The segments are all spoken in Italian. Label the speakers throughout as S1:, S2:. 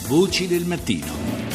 S1: Voci del mattino.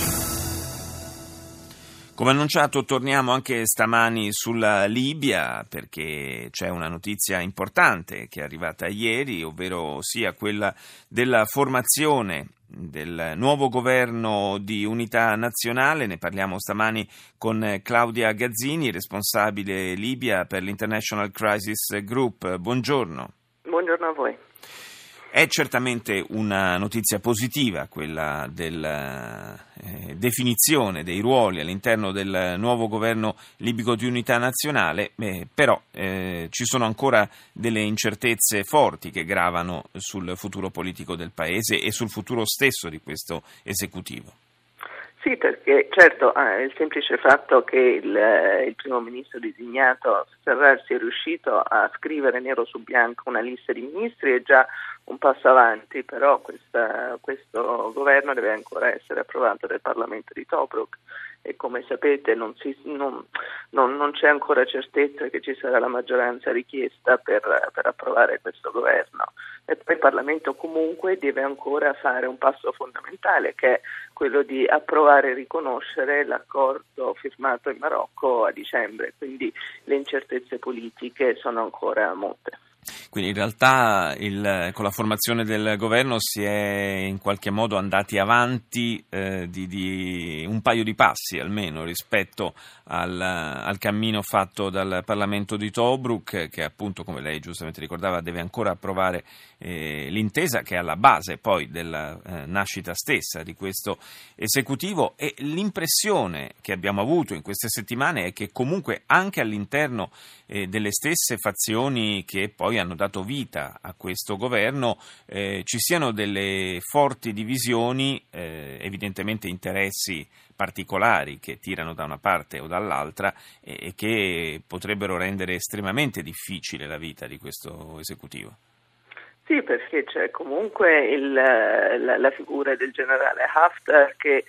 S1: Come annunciato torniamo anche stamani sulla Libia perché c'è una notizia importante che è arrivata ieri, ovvero sia quella della formazione del nuovo governo di unità nazionale. Ne parliamo stamani con Claudia Gazzini, responsabile Libia per l'International Crisis Group. Buongiorno.
S2: Buongiorno a voi.
S1: È certamente una notizia positiva quella della definizione dei ruoli all'interno del nuovo governo libico di unità nazionale, però ci sono ancora delle incertezze forti che gravano sul futuro politico del Paese e sul futuro stesso di questo esecutivo.
S2: Sì, perché certo il semplice fatto che il primo ministro designato Sarraj sia riuscito a scrivere nero su bianco una lista di ministri è già un passo avanti, però questo governo deve ancora essere approvato dal Parlamento di Tobruk e come sapete non c'è ancora certezza che ci sarà la maggioranza richiesta per approvare questo governo. E poi il Parlamento comunque deve ancora fare un passo fondamentale, che è quello di approvare e riconoscere l'accordo firmato in Marocco a dicembre, quindi le incertezze politiche sono ancora molte.
S1: Quindi in realtà con la formazione del governo si è in qualche modo andati avanti di un paio di passi almeno rispetto al cammino fatto dal Parlamento di Tobruk, che appunto, come lei giustamente ricordava, deve ancora approvare l'intesa che è alla base poi della nascita stessa di questo esecutivo. E l'impressione che abbiamo avuto in queste settimane è che comunque anche all'interno delle stesse fazioni che poi hanno dato vita a questo governo ci siano delle forti divisioni, evidentemente interessi particolari che tirano da una parte o dall'altra e che potrebbero rendere estremamente difficile la vita di questo esecutivo.
S2: Sì, perché c'è comunque la figura del generale Haftar che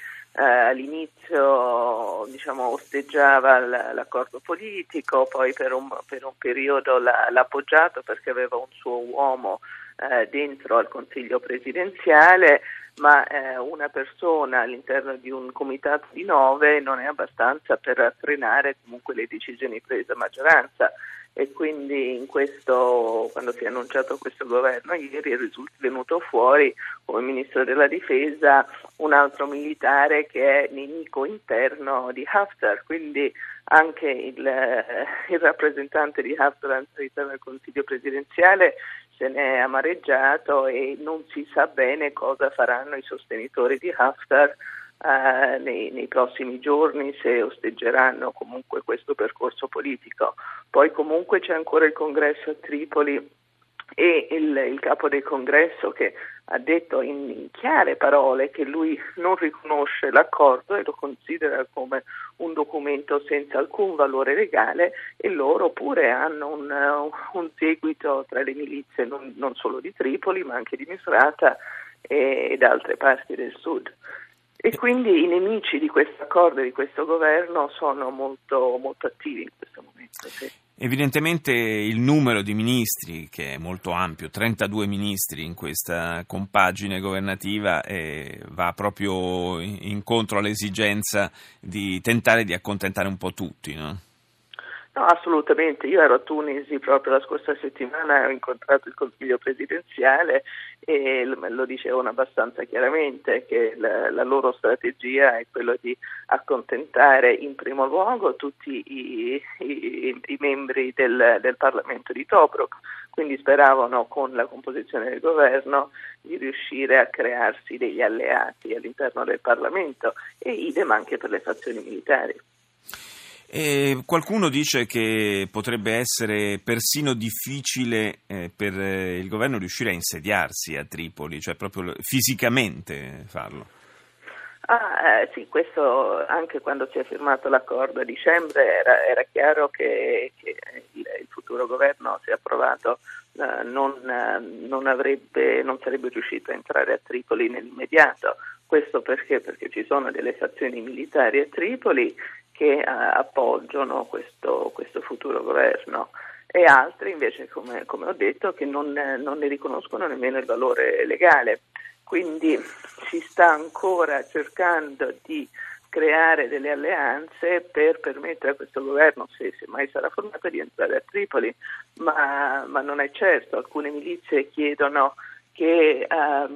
S2: all'inizio osteggiava l'accordo politico, poi per un periodo l'ha appoggiato perché aveva un suo uomo dentro al Consiglio presidenziale, ma una persona all'interno di un comitato di 9 non è abbastanza per frenare comunque le decisioni prese a maggioranza. E quindi quando si è annunciato questo governo ieri è venuto fuori come ministro della difesa un altro militare che è nemico interno di Haftar, quindi anche il rappresentante di Haftar all'interno del Consiglio presidenziale se ne è amareggiato e non si sa bene cosa faranno i sostenitori di Haftar nei prossimi giorni, se osteggeranno comunque questo percorso politico. Poi comunque c'è ancora il congresso a Tripoli e il capo del congresso che ha detto in chiare parole che lui non riconosce l'accordo e lo considera come un documento senza alcun valore legale, e loro pure hanno un seguito tra le milizie non solo di Tripoli ma anche di Misrata e da altre parti del sud. E quindi i nemici di questo accordo e di questo governo sono molto, molto attivi in questo momento. Sì.
S1: Evidentemente il numero di ministri, che è molto ampio, 32 ministri in questa compagine governativa, va proprio incontro all'esigenza di tentare di accontentare un po' tutti, no?
S2: No, assolutamente. Io ero a Tunisi proprio la scorsa settimana e ho incontrato il Consiglio presidenziale e lo dicevano abbastanza chiaramente che la loro strategia è quella di accontentare in primo luogo tutti i membri del Parlamento di Tobruk, quindi speravano con la composizione del governo di riuscire a crearsi degli alleati all'interno del Parlamento e idem anche per le fazioni militari.
S1: E qualcuno dice che potrebbe essere persino difficile per il governo riuscire a insediarsi a Tripoli, cioè proprio fisicamente farlo.
S2: Sì, questo anche quando si è firmato l'accordo a dicembre era chiaro che il futuro governo, se approvato, non sarebbe riuscito a entrare a Tripoli nell'immediato. Questo perché ci sono delle fazioni militari a Tripoli che appoggiano questo futuro governo e altri invece, come ho detto, che non ne riconoscono nemmeno il valore legale. quindi si sta ancora cercando di creare delle alleanze per permettere a questo governo, se mai sarà formato, di entrare a Tripoli, ma non è certo. Alcune milizie chiedono che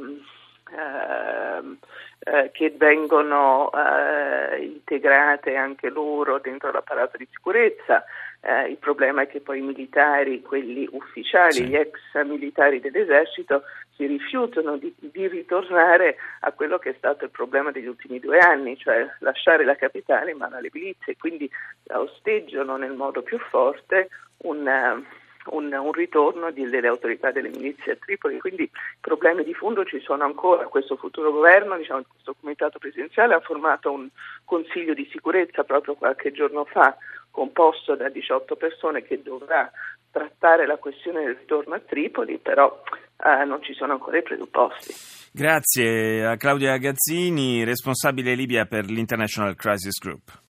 S2: vengono integrate anche loro dentro l'apparato di sicurezza. Il problema è che poi i militari, quelli ufficiali,
S1: sì,
S2: gli ex militari dell'esercito, si rifiutano di ritornare a quello che è stato il problema degli ultimi 2 anni, cioè lasciare la capitale in mano alle milizie, quindi osteggiano nel modo più forte un ritorno delle autorità delle milizie a Tripoli. Quindi problemi di fondo ci sono ancora. Questo futuro governo, questo comitato presidenziale ha formato un consiglio di sicurezza proprio qualche giorno fa, composto da 18 persone, che dovrà trattare la questione del ritorno a Tripoli, però non ci sono ancora i presupposti.
S1: Grazie a Claudia Gazzini, responsabile Libia per l'International Crisis Group.